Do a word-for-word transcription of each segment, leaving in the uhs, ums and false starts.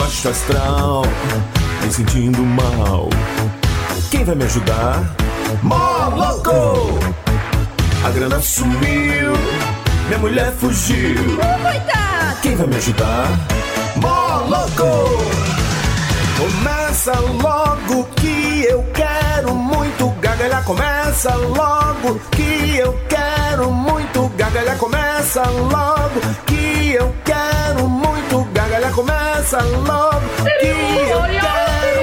baixo astral, me sentindo mal. Quem vai me ajudar? Moloco! A grana sumiu, minha mulher fugiu. Oh, coitado! Quem vai me ajudar? Moloco! Começa logo que eu quero muito gargalhar. Começa logo que eu quero muito gargalhar. Começa logo que eu quero muito gargalhar. Começa logo que eu quero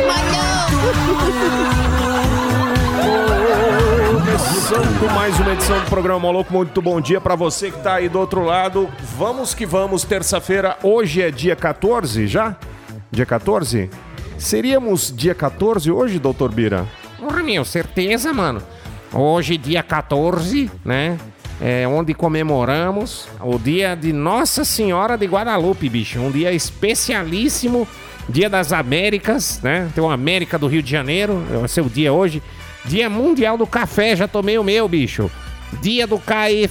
muito. Começando mais uma edição do programa Moloco. Muito bom dia pra você que tá aí do outro lado. Vamos que vamos, terça-feira. Hoje é dia quatorze já? Dia quatorze? Seríamos dia quatorze hoje, doutor Bira? Porra, meu, certeza, mano. Hoje, dia quatorze, né? É onde comemoramos o dia de Nossa Senhora de Guadalupe, bicho. Um dia especialíssimo, dia das Américas, né? Tem uma América do Rio de Janeiro, vai ser o dia hoje. Dia Mundial do Café, já tomei o meu, bicho. Dia do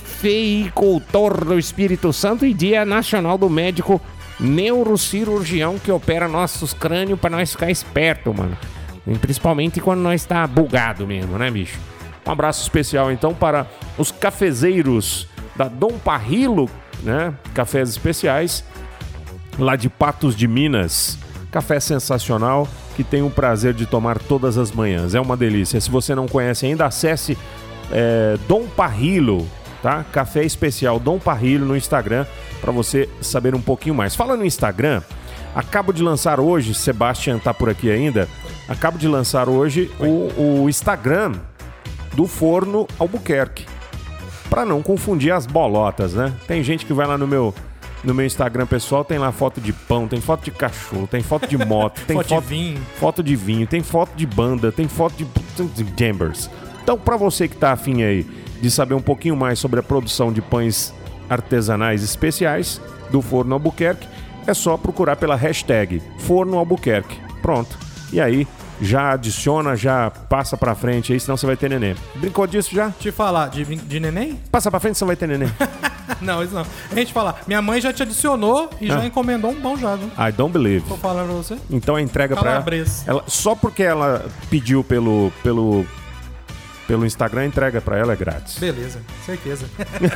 Cafeicultor do Espírito Santo e dia nacional do médico neurocirurgião que opera nossos crânios pra nós ficar esperto, mano. E principalmente quando nós tá bugado mesmo, né, bicho? Um abraço especial, então, para os cafezeiros da Dom Parrilo, né? Cafés especiais, lá de Patos de Minas. Café sensacional, que tenho o prazer de tomar todas as manhãs. É uma delícia. Se você não conhece ainda, acesse é, Dom Parrilo, tá? Café especial Dom Parrilo no Instagram, para você saber um pouquinho mais. Falando no Instagram, acabo de lançar hoje, Sebastian tá por aqui ainda, acabo de lançar hoje o, o Instagram do Forno Albuquerque, para não confundir as bolotas, né? Tem gente que vai lá no meu, no meu Instagram pessoal, tem lá foto de pão, tem foto de cachorro, tem foto de moto, tem foto, foto de vinho. foto de vinho, tem foto de banda, tem foto de, de jambers. Então, para você que tá afim aí de saber um pouquinho mais sobre a produção de pães artesanais especiais do Forno Albuquerque, é só procurar pela hashtag Forno Albuquerque. Pronto. E aí, já adiciona, já passa pra frente aí, senão você vai ter neném. Brincou disso já? Te falar, de, de neném? Passa pra frente, você vai ter neném. Não, isso não. A gente falar, minha mãe já te adicionou e ah. já encomendou um pão já, viu? I don't believe. Tô falando pra você. Então a entrega pra ela, ela. Só porque ela pediu pelo... pelo Pelo Instagram, entrega pra ela é grátis. Beleza, certeza.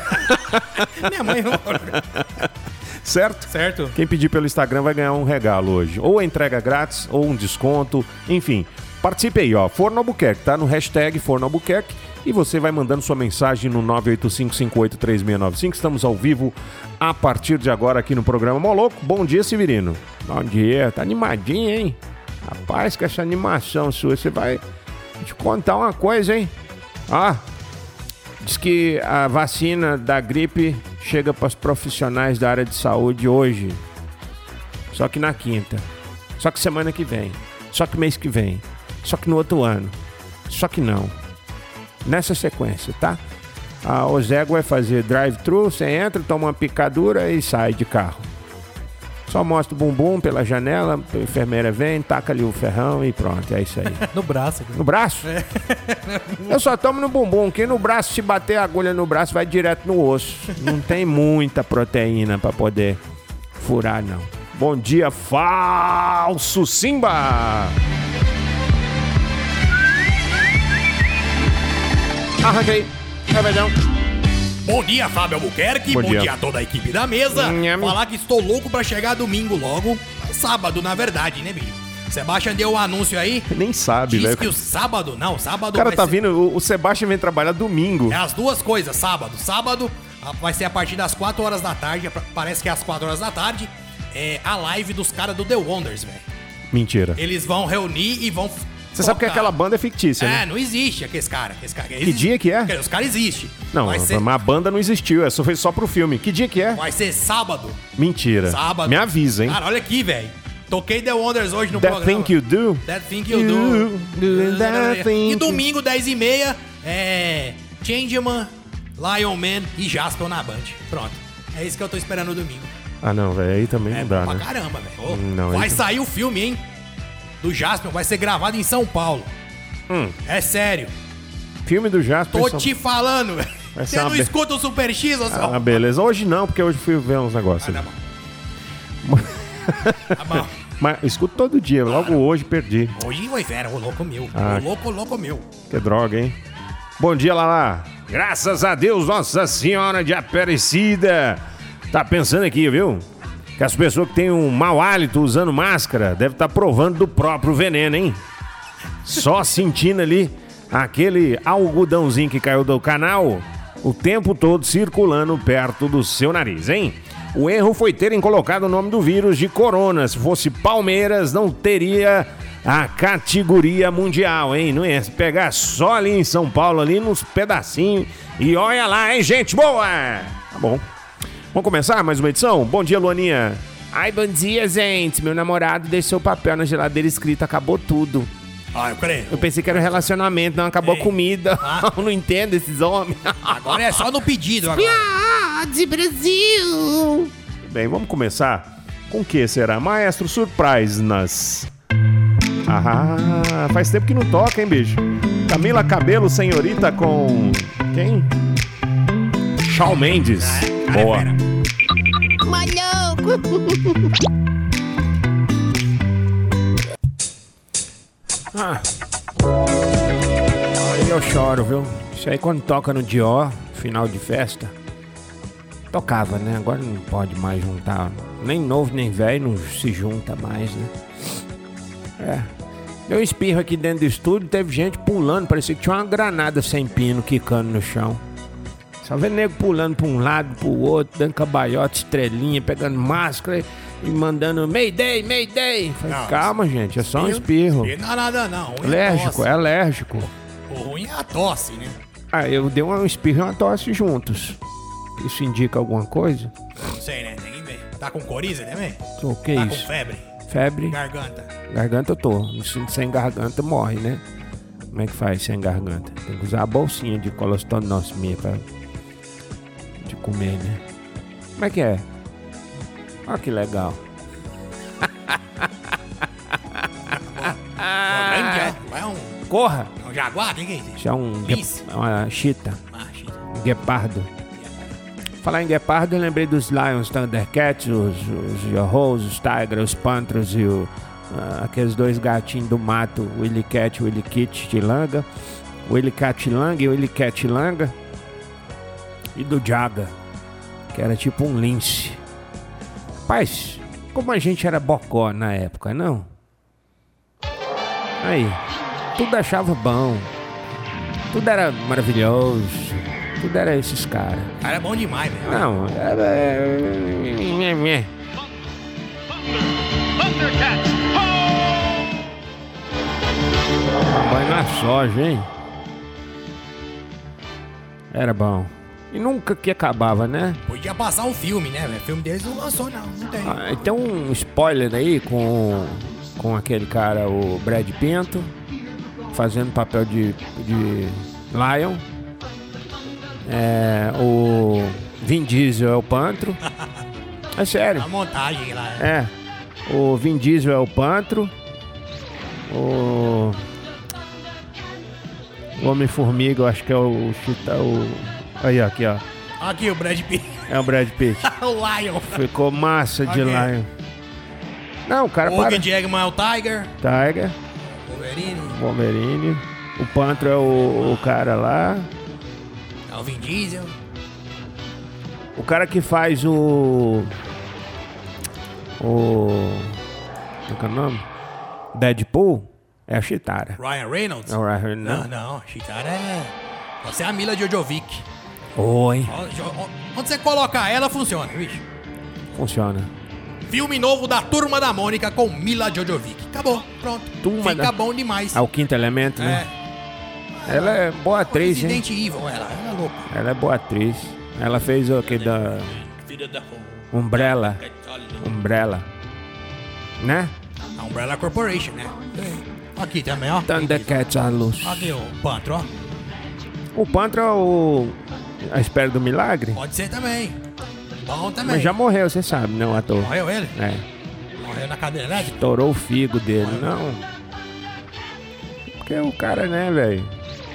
Minha mãe não... Certo? Certo. Quem pedir pelo Instagram vai ganhar um regalo hoje. Ou a entrega grátis, ou um desconto, enfim. Participe aí, ó. Forno Albuquerque, tá? No hashtag Forno Albuquerque. E você vai mandando sua mensagem no nove oito cinco, cinco oito três seis nove cinco. Estamos ao vivo a partir de agora aqui no programa Moloco. Bom dia, Severino. Bom dia. Tá animadinho, hein? Rapaz, com essa animação sua, você vai... Vou te contar uma coisa, hein? Ah, diz que a vacina da gripe chega para os profissionais da área de saúde hoje. Só que na quinta. Só que semana que vem. Só que mês que vem. Só que no outro ano. Só que não. Nessa sequência, tá? A Ozego vai fazer drive-thru, você entra, toma uma picadura e sai de carro. Só mostra o bumbum pela janela, a enfermeira vem, taca ali o ferrão e pronto, é isso aí. No braço. No braço? É. Eu só tomo no bumbum, que no braço, se bater a agulha no braço, vai direto no osso. Não tem muita proteína pra poder furar, não. Bom dia, falso Simba! Arranquei. Rebeijão. Bom dia, Fábio Albuquerque. Bom, Bom dia. dia a toda a equipe da mesa. Nham. Falar que estou louco pra chegar domingo logo. Sábado, na verdade, né, Billy? Sebastian deu um anúncio aí. Nem sabe, Diz velho. que o sábado... Não, sábado... O cara vai tá ser... vindo... O, o Sebastian vem trabalhar domingo. É as duas coisas, sábado. Sábado vai ser a partir das quatro horas da tarde. Parece que é às quatro horas da tarde. É a live dos caras do The Wonders, velho. Mentira. Eles vão reunir e vão... Você sabe que aquela banda é fictícia, é, né? É, não existe aqueles caras. Cara. Que dia que é? Os caras existem. Não, vai mas ser... a banda não existiu, é só, foi só pro filme. Que dia que é? Vai ser sábado. Mentira. Sábado. Me avisa, hein? Cara, olha aqui, velho. Toquei The Wonders hoje no That programa. Thing You Do? That Thing You, you Do. do that thing E domingo, dez e meia, é... Changeman, Lion Man e Jasper na Band. Pronto. É isso que eu tô esperando no domingo. Ah, não, velho. Aí também é não dá, pra né? caramba, velho. Não, vai aí... sair o filme, hein? Do Jasper. Vai ser gravado em São Paulo. Hum. É sério. Filme do Jasper. Tô São... te falando, velho. Você não be... escuta o Super X, ou Ah, beleza. Hoje não, porque hoje fui ver uns negócios. Ah, tá bom. Tá bom. Mas escuto todo dia, logo hoje perdi. Hoje foi fera, o louco meu. Ah. O louco, o louco meu. Que droga, hein? Bom dia, Lala. Graças a Deus, Nossa Senhora de Aparecida. Tá pensando aqui, viu? Que as pessoas que têm um mau hálito usando máscara devem estar provando do próprio veneno, hein? Só sentindo ali aquele algodãozinho que caiu do canal o tempo todo circulando perto do seu nariz, hein? O erro foi terem colocado o nome do vírus de corona. Se fosse Palmeiras, não teria a categoria mundial, hein? Não ia pegar só ali em São Paulo, ali nos pedacinhos. E olha lá, hein, gente boa! Tá bom. Vamos começar mais uma edição? Bom dia, Luaninha. Ai, bom dia, gente. Meu namorado deixou o papel na geladeira escrito acabou tudo. Ah, eu creio. Eu pensei que era um relacionamento, não acabou a comida. Ah. Eu não entendo esses homens. Agora é só no pedido agora. Ah, de Brasil. Bem, vamos começar com o que será? Maestro Surprise-nas. Ah, faz tempo que não toca, hein, bicho? Camila Cabello, senhorita com... quem? Shawn Mendes. Boa. Ah. Aí eu choro, viu? Isso aí quando toca no Dior, final de festa, tocava, né? Agora não pode mais juntar. Nem novo, nem velho, não se junta mais, né? É. Deu um espirro aqui dentro do estúdio, teve gente pulando, parecia que tinha uma granada sem pino quicando no chão. Só vendo nego pulando pra um lado, pro outro, dando cabalhota, estrelinha, pegando máscara e mandando Mayday, Mayday. Falei, Não, calma, gente, é só um espirro. Espirro não é nada, não. Ruim Alérgico, tosse. é alérgico. O ruim é a tosse, né? Ah, eu dei um espirro e uma tosse juntos. Isso indica alguma coisa? Não sei, né? Tem que ver. Tá com coriza também? O que é Tá isso? com febre? Febre? Garganta? Garganta eu tô. Me sinto sem garganta, morre, né? Como é que faz sem garganta? Tem que usar a bolsinha de colostonosmia pra... de comer, né? Como é que é? Olha que legal. Ó, grande, ó. Vai um, Corra! um jaguar? Quem que é isso? Isso é um... Lince. guep- uma chita. Ah, shit. Um guepardo. Falar em guepardo, eu lembrei dos Lions, Thundercats, os, os Yohos, os Tigers, os Panthers e o, ah, aqueles dois gatinhos do mato, o Willy Cat e o Willy Kit Tilanga, o Willy Cat Langa e o Willy Cat Langa, e do Jaga, que era tipo um lince. Rapaz, como a gente era bocó na época, não? Aí, tudo achava bom, tudo era maravilhoso. Tudo era esses caras. O cara é bom demais, velho. Não, era... Banho na soja, hein? Era bom. E nunca que acabava, né? Podia passar um filme, né, velho? O filme deles não lançou, não. Não tem. Ah, tem um spoiler aí com, com aquele cara, o Brad Pinto, fazendo papel de, de Lion. É, o Vin Diesel é o Pantro. É sério. A montagem lá. É. É. O Vin Diesel é o Pantro. O... O Homem-Formiga, eu acho que é o... Chita, o... Aí, aqui, ó. Aqui o Brad Pitt. É o Brad Pitt. O Lion. Ficou massa de Ok. Lion. Não, o cara O para... Hugh Jackman é o Tiger. Tiger, Wolverine. Wolverine. O Pantro é o, o cara lá. É o Vin Diesel. O cara que faz o... O... Qual que é o nome? Deadpool é a Chitara. Ryan Reynolds. Não, Ryan- não. Não, não. Chitara é... Você é a Mila Jojovic. Oi. Ó, jo- ó, Onde você colocar ela, funciona, bicho. Funciona. Filme novo da Turma da Mônica com Mila Jojovic. Acabou, pronto. Turma Fica da- bom demais. É o quinto elemento, né? É. Ela é boa atriz, hein? Resident Evil, ela. Ela é louca. Ela é boa atriz. Ela fez o que da... Umbrella. Umbrella. Né? A Umbrella Corporation, né? Aqui também, ó. Thundercats à luz. Aqui o Pantro, ó. O Pantro é o... A Espera do Milagre? Pode ser também. Bom também. Mas já morreu, você sabe, né, o ator? Morreu ele? É. Morreu na cadeira elétrica? Estourou o figo dele, não. Porque o cara, né, velho?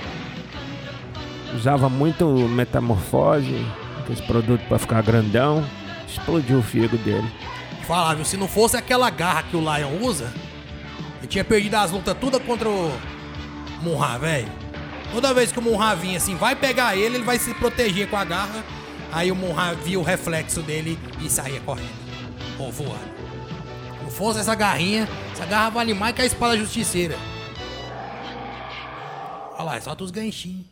Usava muito metamorfose, aqueles produtos pra ficar grandão. Explodiu o figo dele. Falar, viu? Se não fosse aquela garra que o Lion usa, ele tinha perdido as lutas todas contra o Munra, velho. Toda vez que o Munra vinha assim, vai pegar ele, ele vai se proteger com a garra. Aí o Munra via o reflexo dele e saía correndo. Ou voando. Se não fosse essa garrinha, essa garra vale mais que a espada justiceira. Olha lá, solta os ganchinhos.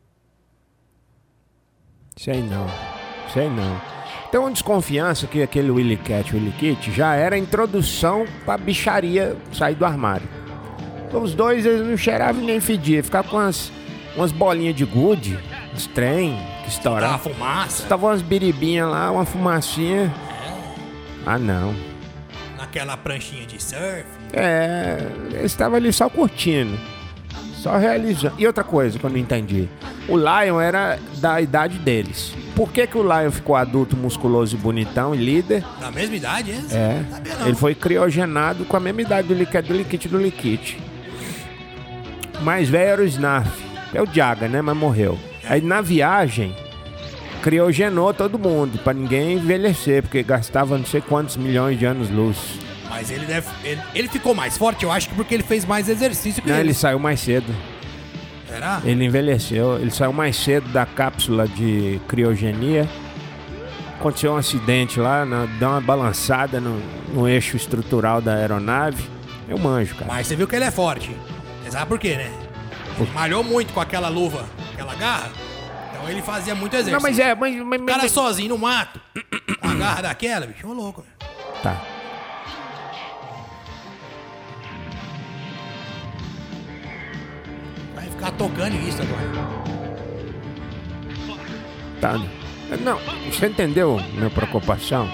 Sei não, sei não. Tem uma desconfiança que aquele Willy Cat, Willy Kit, já era a introdução pra bicharia sair do armário. Então, os dois, eles não cheiravam nem fediam. Ficavam com umas, umas bolinhas de gude, uns trem que estouravam. Tava fumaça. Tava umas biribinhas lá, uma fumacinha. Ah, não. Naquela pranchinha de surf. É, eles estavam ali só curtindo. Só realizando. E outra coisa que eu não entendi. O Lion era da idade deles. Por que que o Lion ficou adulto, musculoso e bonitão e líder? Da mesma idade, hein? É. Sabia não. Ele foi criogenado com a mesma idade do Liquid, do Liquid, do Liquid. O mais velho era o Snarf. É o Jaga, né? Mas morreu. Aí na viagem, criogenou todo mundo, pra ninguém envelhecer, porque gastava não sei quantos milhões de anos-luz. Mas ele deve. Ele, ele ficou mais forte, eu acho que porque ele fez mais exercício que Não, ele. ele saiu mais cedo. Será? Ele envelheceu, ele saiu mais cedo da cápsula de criogenia. Aconteceu um acidente lá, na, deu uma balançada no, no eixo estrutural da aeronave. Eu manjo, cara. Mas você viu que ele é forte. Você sabe por quê, né? Ele malhou muito com aquela luva, aquela garra. Então ele fazia muito exercício. Não, mas é... Mas, mas, O cara mas... sozinho no mato, com a garra daquela, bicho, ô louco. Velho. Tá. Vai ficar tocando isso agora. Tá. Não, você entendeu minha preocupação?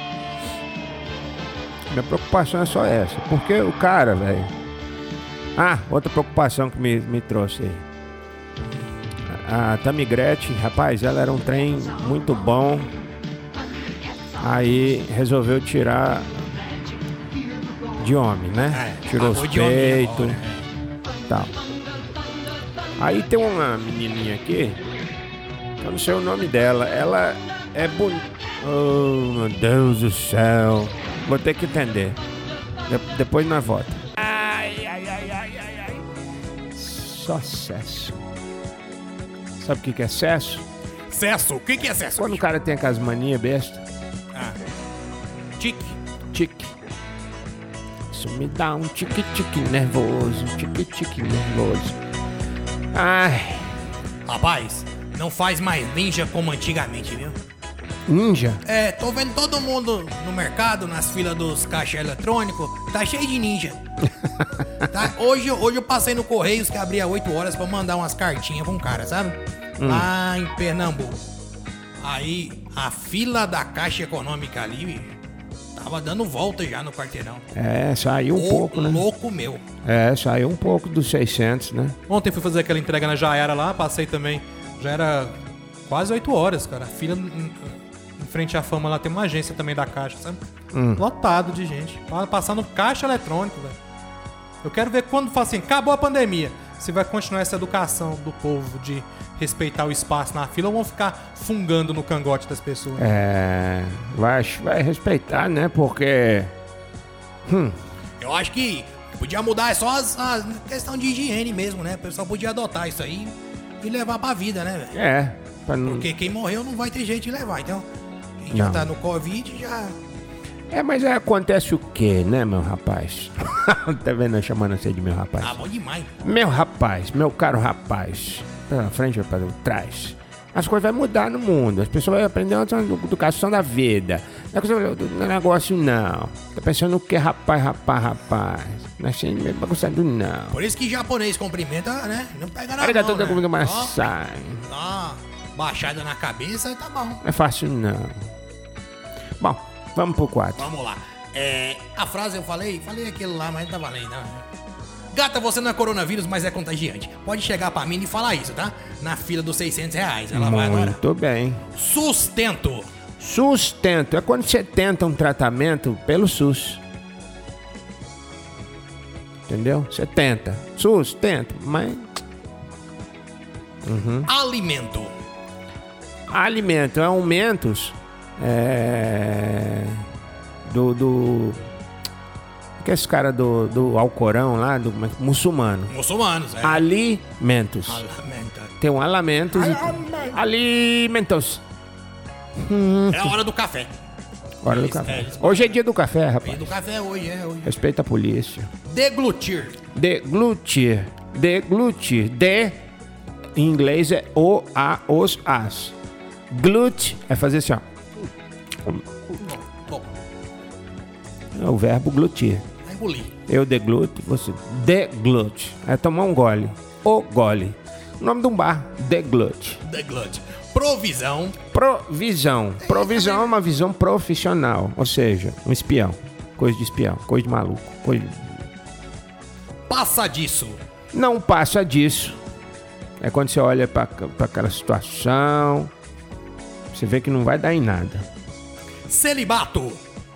Minha preocupação é só essa. Porque o cara, velho... Ah, outra preocupação que me, me trouxe aí. A Tamigrete, rapaz, ela era um trem muito bom. Aí resolveu tirar de homem, né? É, Tirou os pagou de homem peitos agora. e tal. Aí tem uma menininha aqui, eu não sei o nome dela. Ela é bonita. Oh, meu Deus do céu. Vou ter que entender. De- depois nós volta. Ai, ai, ai, ai, ai, ai. Só cesso. Sabe o que que é cesso? Cesso, o que que é cesso? Quando o cara tem aquelas manias besta. Ah. Tique. Tique. Isso me dá um tique-tique nervoso. Tique-tique nervoso. Ai. Rapaz, não faz mais ninja como antigamente, viu? Ninja? É, tô vendo todo mundo no mercado, nas filas dos caixas eletrônicos, tá cheio de ninja. Tá? Hoje, hoje eu passei no Correios, que abria oito horas pra mandar umas cartinhas pra um cara, sabe? Lá em Pernambuco. Aí, a fila da Caixa Econômica ali, bicho, tava dando volta já no quarteirão. É, saiu um Ô, pouco, né? louco meu. É, saiu um pouco dos seiscentos, né? Ontem fui fazer aquela entrega na Jaera lá, passei também. Já era quase oito horas, cara. A fila em, em frente à Fama lá tem uma agência também da Caixa, sabe? Lotado de gente. Passando caixa eletrônico, velho. Eu quero ver quando fala assim, acabou a pandemia. Se vai continuar essa educação do povo de respeitar o espaço na fila ou vão ficar fungando no cangote das pessoas? É. Vai, vai respeitar, né? Porque. Hum. Eu acho que podia mudar só as, as questão de higiene mesmo, né? O pessoal podia adotar isso aí e levar pra vida, né, velho? É. Pra não... Porque quem morreu não vai ter jeito de levar, então. Quem já Não. tá no Covid já. É, mas aí acontece o quê, né, meu rapaz? Tá vendo eu chamando você de meu rapaz? Ah, bom demais. Meu rapaz, meu caro rapaz. Pela frente ou para trás. As coisas vão mudar no mundo. As pessoas vão aprender a educação da vida. Não é coisa do negócio, não. Tá pensando o que, rapaz, rapaz, rapaz? Não é assim meio bagunçado, não. Por isso que japonês cumprimenta, né? Não pega na Arigatou, mão, né? comida Ó, maçã. dá uma baixada na cabeça e tá bom. Não é fácil, não. Bom, vamos pro quadro. Vamos lá. É, a frase eu falei, falei aquilo lá, mas não tá valendo, não. Gata, você não é coronavírus, mas é contagiante. Pode chegar pra mim e falar isso, tá? Na fila dos seiscentos reais. Ela vai agora. Muito bem. Sustento. Sustento é quando você tenta um tratamento pelo SUS. Entendeu? Você tenta. SUS, tenta, mas... Uhum. Alimento. Alimento, é aumentos... É... do... do... que é esse cara do, do Alcorão lá, do muçulmano. Muçulmanos, é. Alimentos. Alamenta. Tem um alamentos e... Alimentos. É a hora do café. Hora do Eles- café. é, eles- Hoje é dia do café, Dia rapaz. do café hoje, é hoje. Respeita a polícia. Deglutir. Deglutir. Deglutir. De, em inglês, é o, a, os, as. Glute é fazer assim, ó. Bom, É o verbo glutir. vai engolir. Eu degluto, você deglute. É tomar um gole. O gole. O nome de um bar, deglute. Deglute. Provisão. Provisão. Provisão é uma visão profissional. Ou seja, um espião. Coisa de espião. Coisa de maluco. Coisa de... Passa disso. Não passa disso. É quando você olha para aquela situação, você vê que não vai dar em nada. Celibato.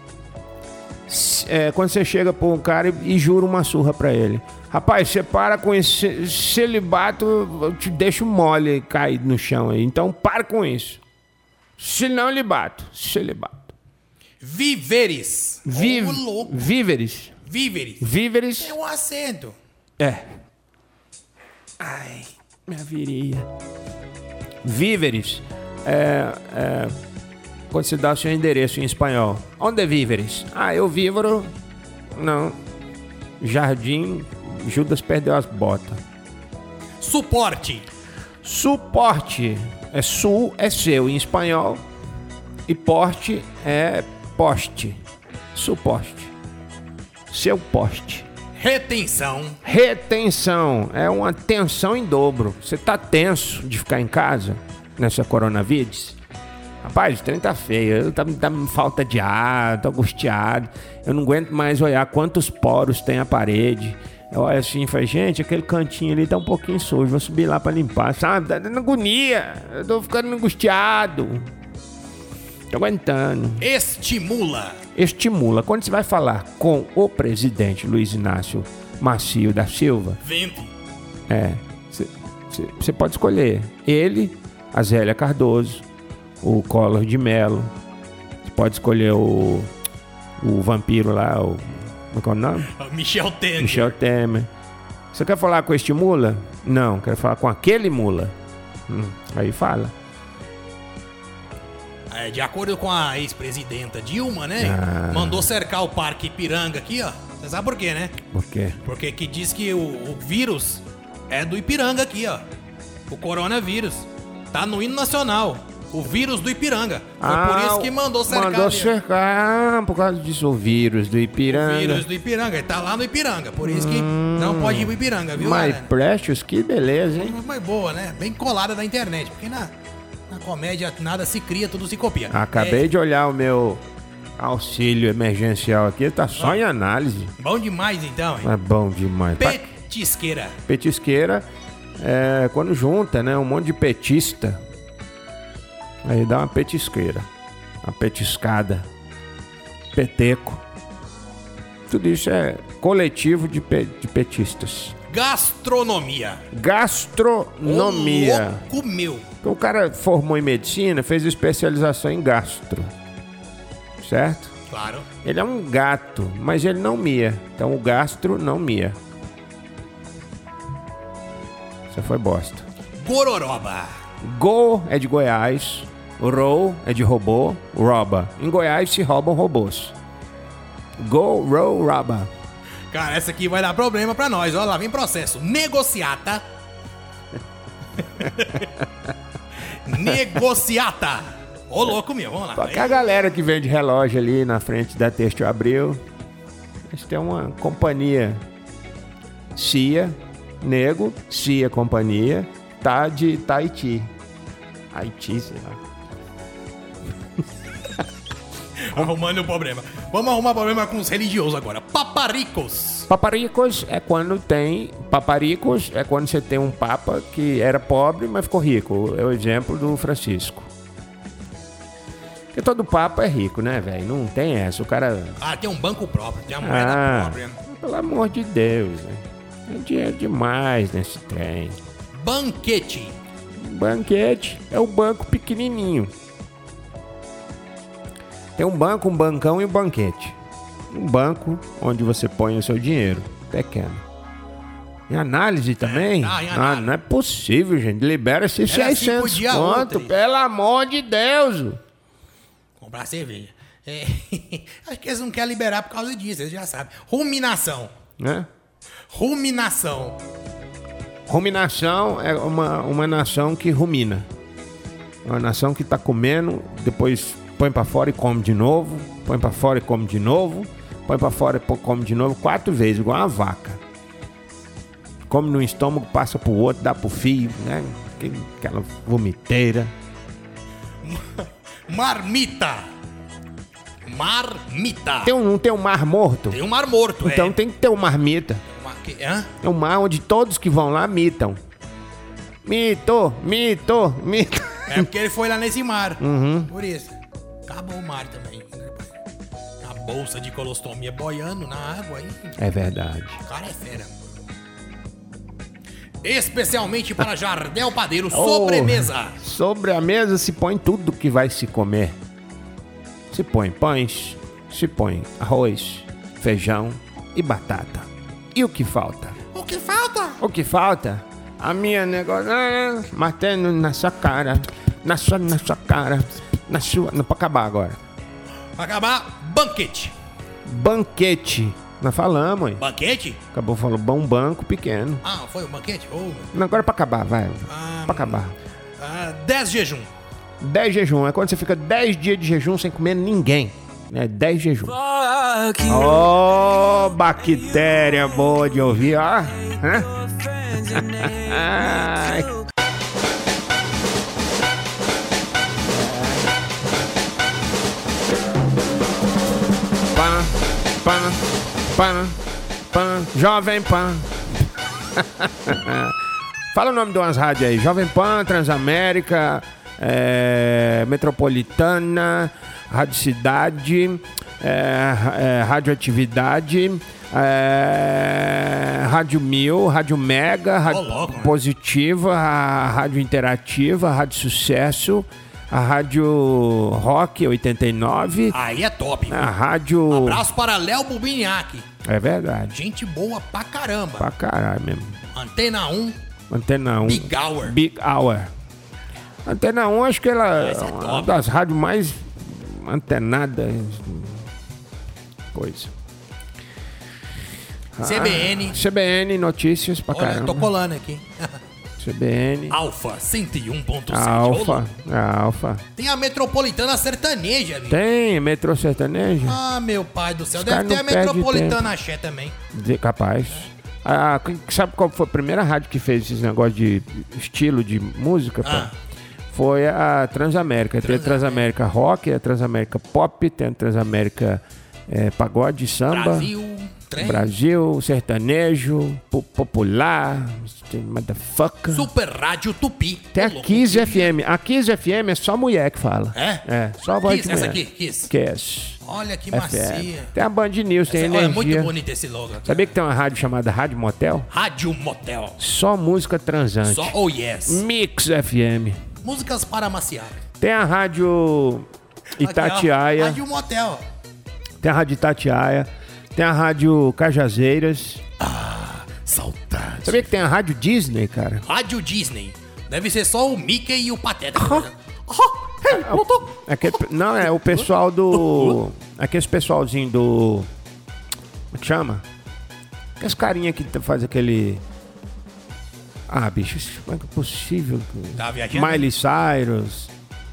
É quando você chega para um cara e, e jura uma surra para ele. Rapaz, você para com esse celibato, eu te deixo mole cair no chão aí. Então para com isso. Senão eu lhe bato. Celibato. Víveres. Viv... Ô, louco. Víveres. Víveres. Víveres. Tem um acento. É. Ai, minha viria. Víveres. É, é, quando você dá o seu endereço em espanhol. Onde é víveres? Ah, eu vívoro. Não. Jardim. Judas perdeu as botas. Suporte. Suporte. É sul, é seu em espanhol. E porte é poste. Suporte. Seu poste. Retenção. Retenção é uma tensão em dobro. Você tá tenso de ficar em casa nessa coronavírus? Rapaz, o trem tá feio. Tá, tá falta de ar, tô angustiado. Eu não aguento mais olhar quantos poros tem a parede. Eu olho assim e falo, gente, aquele cantinho ali tá um pouquinho sujo. Vou subir lá pra limpar, sabe? Tá dando agonia. Eu tô ficando angustiado. Tô aguentando. Estimula. Estimula. Quando você vai falar com o presidente Luiz Inácio Macio da Silva, Vento. é, você pode escolher ele, a Zélia Cardoso, o Collor de Mello, você pode escolher o, o vampiro lá, o, como é que é o nome? Michel Temer. Michel Temer. Você quer falar com este mula? Não, quero falar com aquele mula. Hum, aí fala. É, de acordo com a ex-presidenta Dilma, né? Ah. Mandou cercar o Parque Ipiranga aqui, ó. Você sabe por quê, né? Por quê? Porque que diz que o, o vírus é do Ipiranga aqui, ó. O coronavírus. Tá no hino nacional. O vírus do Ipiranga. Foi por isso que mandou cercar. Mandou ali, ó. cercar, ah, por causa disso, o vírus do Ipiranga. O vírus do Ipiranga. Ele tá lá no Ipiranga. Por isso que não pode ir pro Ipiranga, viu, My galera? Precious, que beleza, hein? Mas boa, né? Bem colada na internet. Porque na, na comédia nada se cria, tudo se copia. Acabei É, de olhar o meu auxílio emergencial aqui, tá só em análise. Bom demais, então, hein? É bom demais. Pa- Petisqueira. Petisqueira, é, quando junta, né, um monte de petista, aí dá uma petisqueira, uma petiscada, peteco. Tudo isso é coletivo de, pe- de petistas. Gastronomia. Gastronomia. O louco meu. O cara formou em medicina, fez especialização em gastro, certo? Claro. Ele é um gato, mas ele não mia. Então o gastro não mia. Isso foi bosta. Gororoba. Go é de Goiás, row é de robô, roba. Em Goiás se roubam robôs. Go, row, roba. Cara, essa aqui vai dar problema pra nós. Olha lá, vem processo. Negociata. Negociata. Ô, louco meu, vamos lá. Só que a galera que vende relógio ali na frente da Têxtil Abril, eles têm uma companhia Cia, nego, Cia Companhia, tá de Tahiti. Haiti, sei lá. Arrumando o problema. Vamos arrumar problema com os religiosos agora. Paparicos. Paparicos é quando tem... Paparicos é quando você tem um papa que era pobre, mas ficou rico. É o exemplo do Francisco. Porque todo papa é rico, né, velho? Não tem essa. O cara... Ah, tem um banco próprio, tem uma moeda Ah, própria. pelo amor de Deus, né? É dinheiro demais nesse trem. Tem um banco, um bancão e um banquete. Um banco onde você põe o seu dinheiro. Pequeno. Em análise também? É, tá, em Ah, análise. não é possível, gente. Libera-se Era seiscentos cinco dia conto. úteis. Pelo amor de Deus. Comprar cerveja. É, acho que eles não querem liberar por causa disso, eles já sabem. Ruminação. Né? Ruminação. Ruminação é uma, uma nação que rumina. É uma nação que tá comendo, depois põe pra fora e come de novo, põe pra fora e come de novo, põe pra fora e come de novo, quatro vezes, igual uma vaca. Come no estômago, passa pro outro, dá pro fio, né? Aquela vomiteira. Marmita. Marmita. Tem um, não tem um mar morto? Tem um mar morto, Então é. tem que ter um mar mita. Uma- que- hã? É um mar onde todos que vão lá mitam. Mito, mito, mito. É porque ele foi lá nesse mar. Uhum. Por isso. Acabou o mar também. A bolsa de colostomia boiando na água aí. É verdade. O cara é fera. Especialmente para Jardel Padeiro, Oh, sobremesa. Sobre a mesa se põe tudo que vai se comer. Se põe pães, se põe arroz, feijão e batata. E o que falta? O que falta? O que falta? A minha negócio... Ah, matando na sua cara. Na sua, na sua cara. Na sua... Não pode acabar agora. Vai acabar banquete. Banquete. Nós falamos, hein? Banquete? Acabou falando bom banco pequeno. Ah, foi o banquete? Oh, Não, agora é pra acabar, vai. Ah, Pra acabar. ah, dez jejum. dez jejum. É quando você fica dez dias de jejum sem comer ninguém. É dez jejum. Ô, oh, bactéria boa de ouvir, ó. Hã? Ai. Pan, pan, pan, pan, Jovem Pan. Fala o nome de umas rádios aí. Jovem Pan, Transamérica, é, Metropolitana, Rádio Cidade, é, é, Radioatividade, é, Rádio Mil, Rádio Mega, Rádio Ô, louco, mano. Positiva, a Rádio Interativa, a Rádio Sucesso, a Rádio Rock oitenta e nove, Aí é top. a Rádio... Abraço para Léo Bubiniak. É verdade. Gente boa pra caramba. Pra caralho mesmo. Antena um, Antena um. Big Hour. Big Hour. Antena um, acho que ela é Essa é uma top. das rádios mais antenadas. Coisa. C B N. C B N, notícias pra Olha, caramba. tô colando aqui. C B N. Alfa cento e um ponto sete. Alfa. Alfa. Tem a Metropolitana Sertaneja, amigo. Tem metrô sertanejo? Ah, meu pai do céu. Os Deve caras ter a não perdem Metropolitana Axé também. De- Capaz. Ah, quem- sabe qual foi a primeira rádio que fez esses negócios de estilo de música? Ah. pá? Foi a Transamérica. Tem a Transamérica Rock, a Transamérica Pop, tem a Transamérica eh, Pagode, Samba. Brasil, trem. Brasil, sertanejo, po- popular, motherfucker. Super Rádio Tupi. Tem Ô, a louco. Kiss F M. A Kiss F M é só mulher que fala. É? É, só a voz Kiss, de essa mulher. aqui, Kiss. Kiss. Olha que F M. macia. Tem a Band News, tem Essa- olha, energia. muito bonito esse logo. Sabia que tem uma rádio chamada Rádio Motel? Rádio Motel. Só música transante. Só oh yes. Mix F M. Músicas para maciar. Tem a Rádio Aqui, ó. Itatiaia. Rádio Motel. Tem a Rádio Itatiaia. Tem a Rádio Cajazeiras. Saudade. Sabia que tem a Rádio Disney, cara? Rádio Disney. Deve ser só o Mickey e o Pateta. Aquele, não, é o pessoal do... Aqueles pessoalzinho do... Como é que chama? Aqueles carinha que faz aquele... Ah, bicho, isso- como é que é possível? Tá viajando? Miley Cyrus.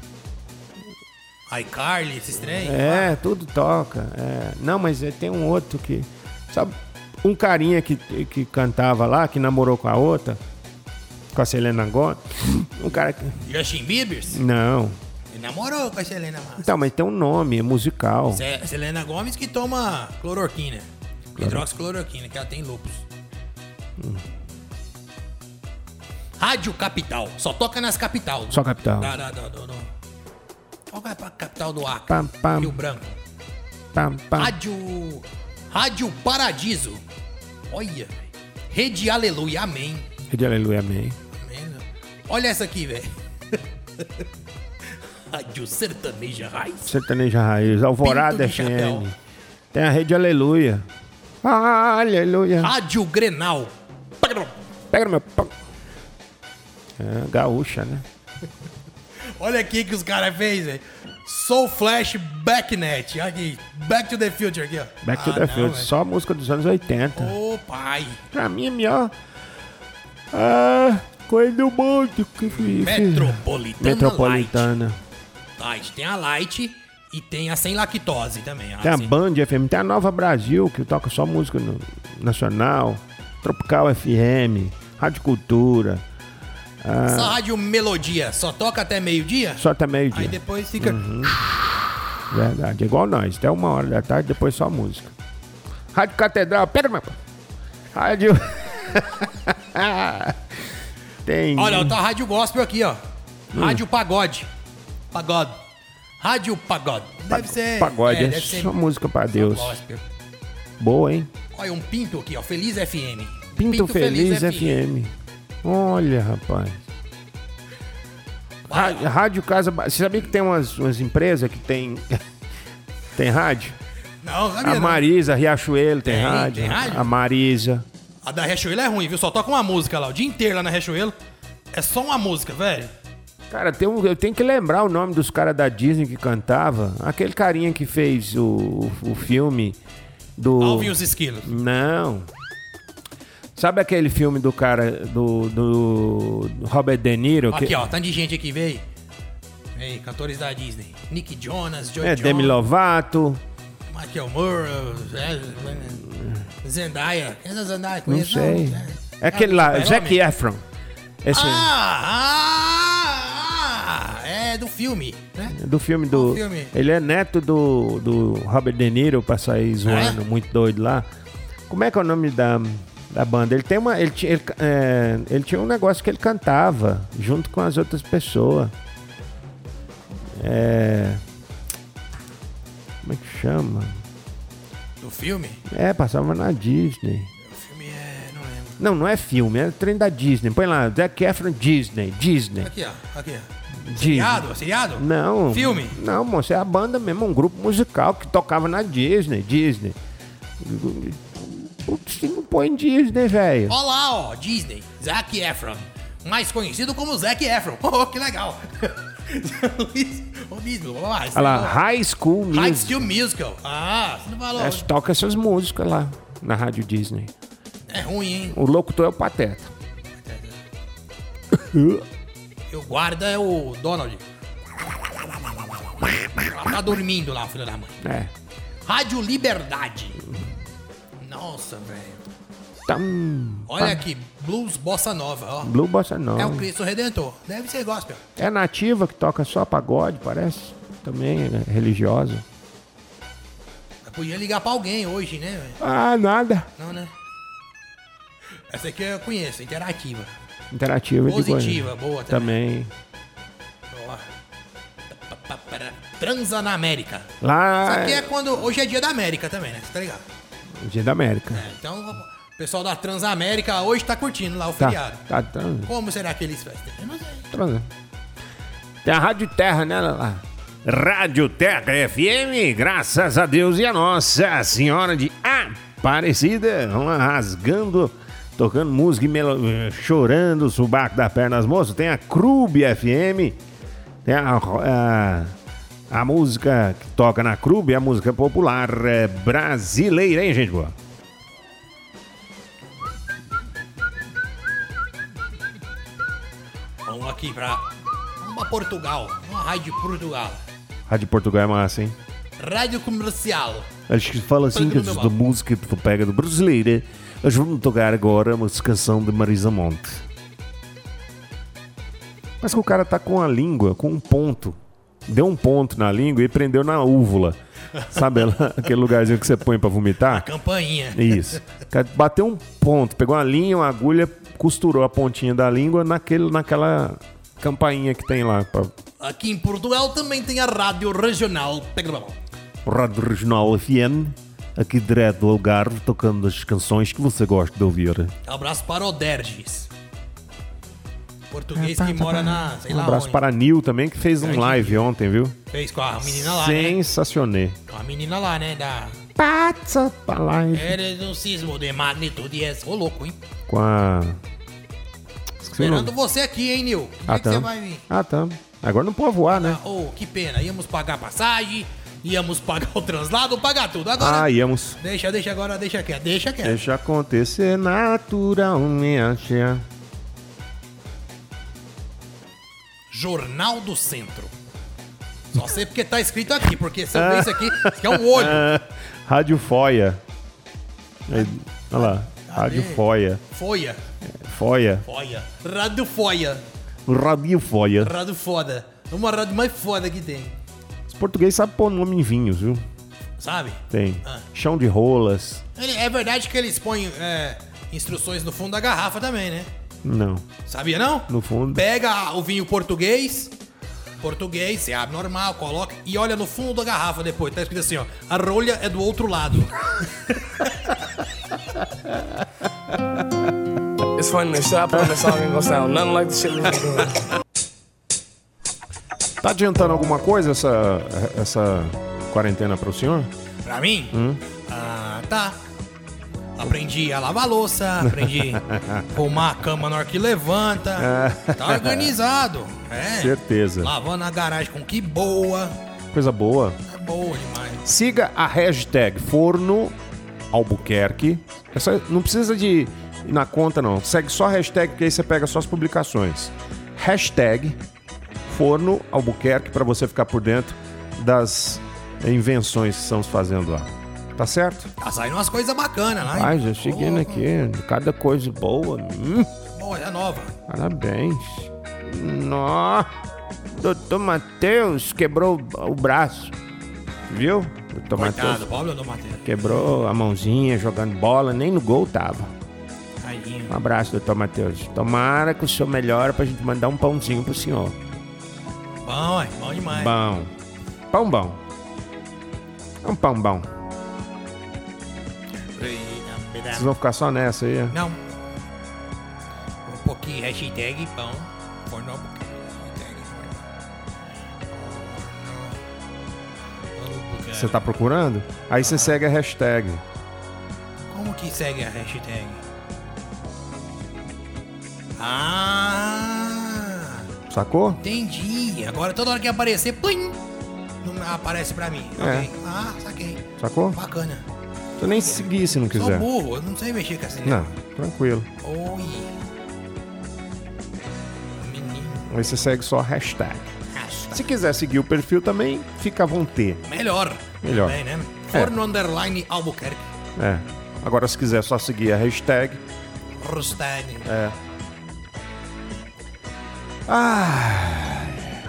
iCarly, esses trem. É, tudo toca. é. Não, mas é, tem um outro que... Sabe, um carinha que, que cantava lá, que namorou com a outra, com a Selena Gomez. Um cara que... Justin Bieber. Não. Ele namorou com a Selena Massa. Então, mas tem um nome, é musical. Ce- Selena Gomes que toma cloroquina. Hidroxicloroquina, que ela tem lupus. Hum. Rádio Capital. Só toca nas capital. Só capital. Da, da, da, da, da. Qual que é a capital do Acre? Pam, pam. Rio Branco. Pam, pam. Rádio... Rádio Paradiso. Olha, velho. Rede Aleluia, amém. Rede Aleluia, amém. Amém, né? Olha essa aqui, velho. Rádio Sertaneja Raiz. Sertaneja Raiz, Alvorada Pinto de F M. chapéu. Tem a Rede Aleluia. Aleluia. Rádio Grenal. Pega no meu pão. É, gaúcha, né? Olha aqui que os caras fez, velho. Soul Flash Backnet. Aqui. Back to the Future aqui, ó. Back to Ah, the não, Field, velho. só música dos anos oitenta. Ô, pai. Pra mim é melhor. Ah, coisa do mundo que fiz. Metropolitana, Metropolitana. Light. Light. Tem a Light e tem a sem lactose também. Tem a assim. Band F M, tem a Nova Brasil, que toca só música no- nacional. Tropical F M, Rádio Cultura. Essa rádio Melodia só toca até meio-dia? Só até Aí meio-dia. depois fica... Uhum. Verdade, é igual nós. Até uma hora da tarde, depois só música. Rádio Catedral, pega meu... Rádio... Tem... Olha, tá a Rádio Gospel aqui, ó. Rádio Pagode. Pagode. Rádio Pagode. Deve ser... Pagode, é, deve ser só música pra Deus. gospel. Boa, hein? Olha, um pinto aqui, ó. Feliz F M. Pinto, Feliz, F M. Olha, rapaz. Rádio, rádio Casa... Ba- Você sabia que tem umas, umas empresas que tem... tem rádio? Não, sabia A não. Marisa, Riachuelo tem, Tem, rádio. tem rádio? A Marisa. A da Riachuelo é ruim, viu? Só toca uma música lá. O dia inteiro lá na Riachuelo. É só uma música, velho. Cara, tem um, eu tenho que lembrar o nome dos caras da Disney que cantava. Aquele carinha que fez o, o, o filme do... Alvin e os Esquilos. Não. Sabe aquele filme do cara, do, do Robert De Niro? que- Aqui, ó. Tanto de gente aqui, veio. Ei, cantores da Disney. Nick Jonas, Joy É, Jones, Demi Lovato. Michael Moore, é, Zendaya. Quem é essa Zendaya? Não Conheço, sei. né? É aquele lá, Super-Homem. Zac Efron. Esse Ah, ah, ah, é do filme, né? do filme do... Qual filme? Ele é neto do, do Robert De Niro, pra sair zoando, É? muito doido lá. Como é que é o nome da, da banda? Ele tem uma... Ele, tinha- ele, é, ele tinha um negócio que ele cantava junto com as outras pessoas. É... Como é que chama? Do filme? É, passava na Disney. O filme é... não lembro. Não, não é filme, é trem da Disney. Põe lá, Zac Efron Disney. Disney. Aqui, ó. Aqui, ó. Disney. Seriado? Seriado? Não. Filme? Não, moço, é a banda mesmo, um grupo musical que tocava na Disney. Disney. Putz, não põe Disney, velho. Olha lá, ó. Disney. Zac Efron. Mais conhecido como Zac Efron. Oh, que legal. Ô, Bispo, vamos lá. Olha lá, High School High Music. School Musical. Ah, você não falou. É, toca essas músicas lá na Rádio Disney. É ruim, hein? O locutor é o Pateta. E o guarda é o Donald. Ela tá dormindo lá, filho da mãe. É. Rádio Liberdade. Nossa, velho. Tá, hum, Olha tá. aqui, Blues Bossa Nova, ó. Blue Bossa Nova. É o Cristo Redentor. Deve ser gospel. É nativa que toca só pagode, parece. Também é religiosa. Eu podia ligar pra alguém hoje, né, velho? Ah, nada. Não, né? Essa aqui eu conheço, interativa. Interativa de Positiva, Goiânia. boa também. Também. Ó. Transa na América. Lá Isso aqui é quando... Hoje é dia da América também, né? Você tá ligado? é Dia da América. É, então, o pessoal da Transamérica hoje tá curtindo lá o Tá, feriado. tá, tá, Como será que eles fazem? Eu não sei. transando. Tem a Rádio Terra, né, lá? Rádio Terra F M, graças a Deus e a Nossa Senhora de Aparecida. Vamos lá, rasgando, tocando música e melo... chorando o subaco da perna das moças. Tem a Clube F M, tem a, a, a música que toca na Clube, a música popular é, brasileira, hein, gente boa? Vamos aqui pra... Vamos pra Portugal. Uma rádio Portugal. Rádio Portugal é massa, hein? Rádio Comercial. Acho que fala assim que Programa da bom. música que tu pega do brasileira. Nós vamos tocar agora uma canção de Marisa Monte. Mas que o cara tá com a língua, com um ponto. Deu um ponto na língua e prendeu na úvula. Sabe lá, aquele lugarzinho que você põe pra vomitar? Campainha. Isso. O cara bateu um ponto, pegou uma linha, uma agulha, costurou a pontinha da língua naquele, naquela campainha que tem lá. Pra... Aqui em Portugal também tem a Rádio Regional. Pega na mão. Rádio Regional F M, aqui direto do Algarve, tocando as canções que você gosta de ouvir. Abraço para o Derges. Português que mora na, sei Um lá abraço onde. para a Nil também, que fez um Grande live ontem, viu? Fez com a menina lá, né? Sensacionê. Com a menina lá, né? Da... Passa pra live. Eres um sismo de magnitude. É... Ô, louco, hein? Com a... Esqueci o nome. Esperando você aqui, hein, Nil? Como Ah, é que você tá. vai vir? Ah, tá. Agora não pode voar, né? Oh, que pena. Íamos pagar passagem, íamos pagar o translado, pagar tudo. Agora... Ah, íamos. Deixa, deixa agora, deixa quieto, deixa quieto. Deixa acontecer naturalmente. Jornal do Centro. Só sei porque tá escrito aqui, porque se eu ver isso aqui, isso aqui é um olho. Rádio Foia. Aí, olha lá. Rádio Foia. Foia. Foia. Foia. Rádio Foia. Rádio Foia. Rádio foda. Uma rádio mais foda que tem. Os portugueses sabem pôr nome em vinhos, viu? Sabe? Tem. Ah. Chão de rolas. Ele- É verdade que eles põem é, instruções no fundo da garrafa também, né? Não. Sabia não? No fundo. Pega o vinho português, português, você abre normal, coloca e olha no fundo da garrafa depois. Tá escrito assim, ó. A rolha é do outro lado. It's funny, the shit I put on the song ain't gonna sound nothing like the shit we was doing. Tá adiantando alguma coisa essa, essa quarentena pro senhor? Pra mim? Ah, tá. Aprendi a lavar louça, aprendi a arrumar a cama na hora que levanta. Tá organizado. É. Certeza. Lavando a garagem com que boa. Coisa boa. É boa demais. Siga a hashtag Forno Albuquerque. Essa, não precisa de ir na conta, não. Segue só a hashtag, que aí você pega só as publicações. Hashtag Forno Albuquerque, para você ficar por dentro das invenções que estamos fazendo lá. Tá certo? Tá saindo umas coisas bacanas lá, hein? Ai, já seguindo aqui. Cada coisa boa. Hum, Boa, é nova. parabéns. Nó. Doutor Matheus quebrou o braço. Viu? Doutor Coitado, Matheus pobre do Matheus. quebrou a mãozinha jogando bola, nem no gol tava. Tadinho. Um abraço, doutor Matheus. Tomara que o senhor melhore pra gente mandar um pãozinho pro senhor. Bom, é bom demais. Bom. Pão bom. É um pão bom. Vocês vão ficar só nessa aí? Não. Um pouquinho, hashtag pão. Forno Albuquerque. Albuquerque. Você tá procurando? Aí você segue a hashtag. Como que segue a hashtag? Ah, Sacou? entendi. Agora toda hora que aparecer, plim, não aparece pra mim. É. Ok. Ah, saquei. Sacou? Bacana. Você nem seguir se não Sou quiser. burro, eu não sei mexer com assim. Não, tranquilo. Oi. Menino. Aí você segue só a hashtag. Hashtag. Se quiser seguir o perfil também, fica à vontade. Melhor. Melhor. Também, né? É. Forno Underline Albuquerque. É. Agora, se quiser só seguir a hashtag. Hashtag. É. Ah.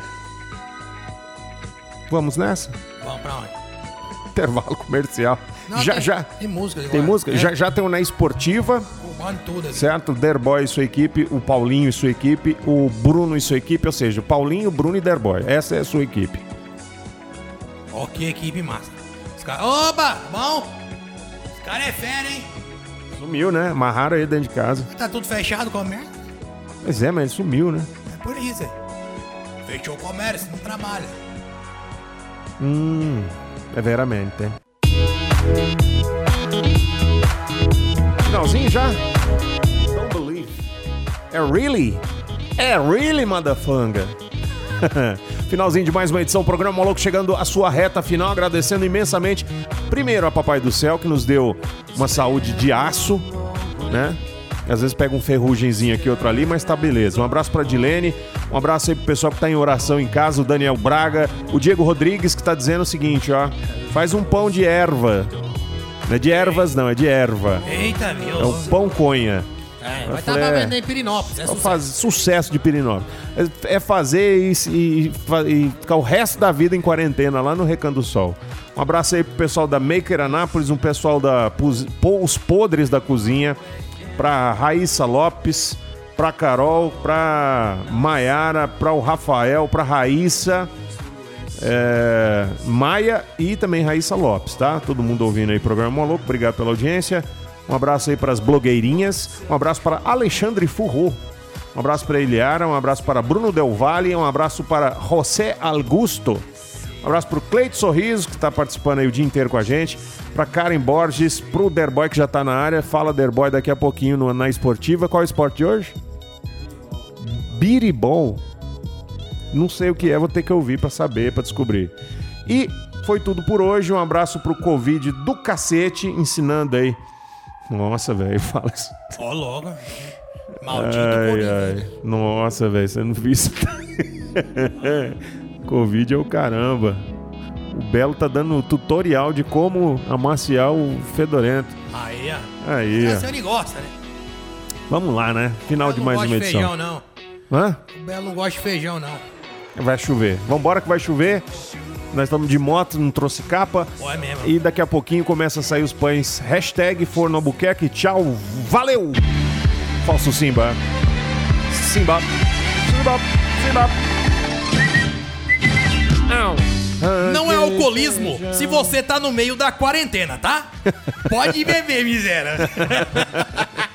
Vamos nessa? Vamos pra onde? Intervalo comercial. Não, já, tem, já. Tem música agora. Tem música? É. Já, já tem o Na Esportiva, Comando tudo ali. certo? O Derboy e sua equipe, o Paulinho e sua equipe, o Bruno e sua equipe, ou seja, o Paulinho, o Bruno e Derboy. Essa é a sua equipe. Ó, que equipe massa. Os caras... Opa, bom. Os caras é fera, hein? Sumiu, né? Amarraram aí dentro de casa. Tá tudo fechado o comércio? Pois é, mas ele sumiu, né? É por isso, é. Fechou o comércio, não trabalha. Hum, é veramente. Finalzinho já? Don't believe. É really? É really, motherfucker? Finalzinho de mais uma edição do programa Maluco, chegando à sua reta final, agradecendo imensamente, primeiro a Papai do Céu, que nos deu uma saúde de aço, né? Às vezes pega um ferrugenzinho aqui, outro ali, mas tá beleza. Um abraço pra Dilene, um abraço aí pro pessoal que tá em oração em casa, o Daniel Braga, o Diego Rodrigues, que tá dizendo o seguinte, ó, faz um pão de erva. Não é de ervas não, é de erva. Eita, meu. É o pão conha. É, Eu vai estar falei, pra é. vender em Pirinópolis. É É sucesso. faz, sucesso de Pirinópolis. É, é fazer e, e, e ficar o resto da vida em quarentena lá no Recanto do Sol. Um abraço aí pro pessoal da Maker Anápolis, um pessoal da Pus- Os Podres da Cozinha, pra Raíssa Lopes, pra Carol, pra Maiara, pra o Rafael, pra Raíssa, é, Maia e também Raíssa Lopes, tá? Todo mundo ouvindo aí o programa Maluco, obrigado pela audiência. Um abraço aí para as blogueirinhas. Um abraço para Alexandre Furro. Um abraço para Eliara, um abraço para Bruno Del Valle, um abraço para José Augusto. Um abraço pro Cleito Sorriso, que tá participando aí o dia inteiro com a gente. Pra Karen Borges, pro Derboy, que já tá na área. Fala, Derboy, daqui a pouquinho no, na esportiva. Qual é o esporte de hoje? Biribol. Não sei o que é, vou ter que ouvir pra saber, pra descobrir. E foi tudo por hoje. Um abraço pro Covid do cacete, ensinando aí. Nossa, velho, fala isso. Ó, oh, logo. Maldito ai, Covid, ai. velho. Nossa, velho, você não viu isso. Covid é o caramba. O Belo tá dando tutorial de como amaciar o fedorento. Aí, ó. Aí, ó. Esse ele gosta, né? Vamos lá, né? Final de mais uma Não gosta de edição. feijão, não. Hã? O Belo não gosta de feijão, não. Vai chover. Vambora que vai chover. Nós estamos de moto, não trouxe capa. Pô, é mesmo. E daqui a pouquinho começa a sair os pães. Hashtag Forno Albuquerque. Tchau. Valeu. Falso Simba. Simba. Simba. Simba. Não é alcoolismo se você tá no meio da quarentena, tá? Pode beber, miséria.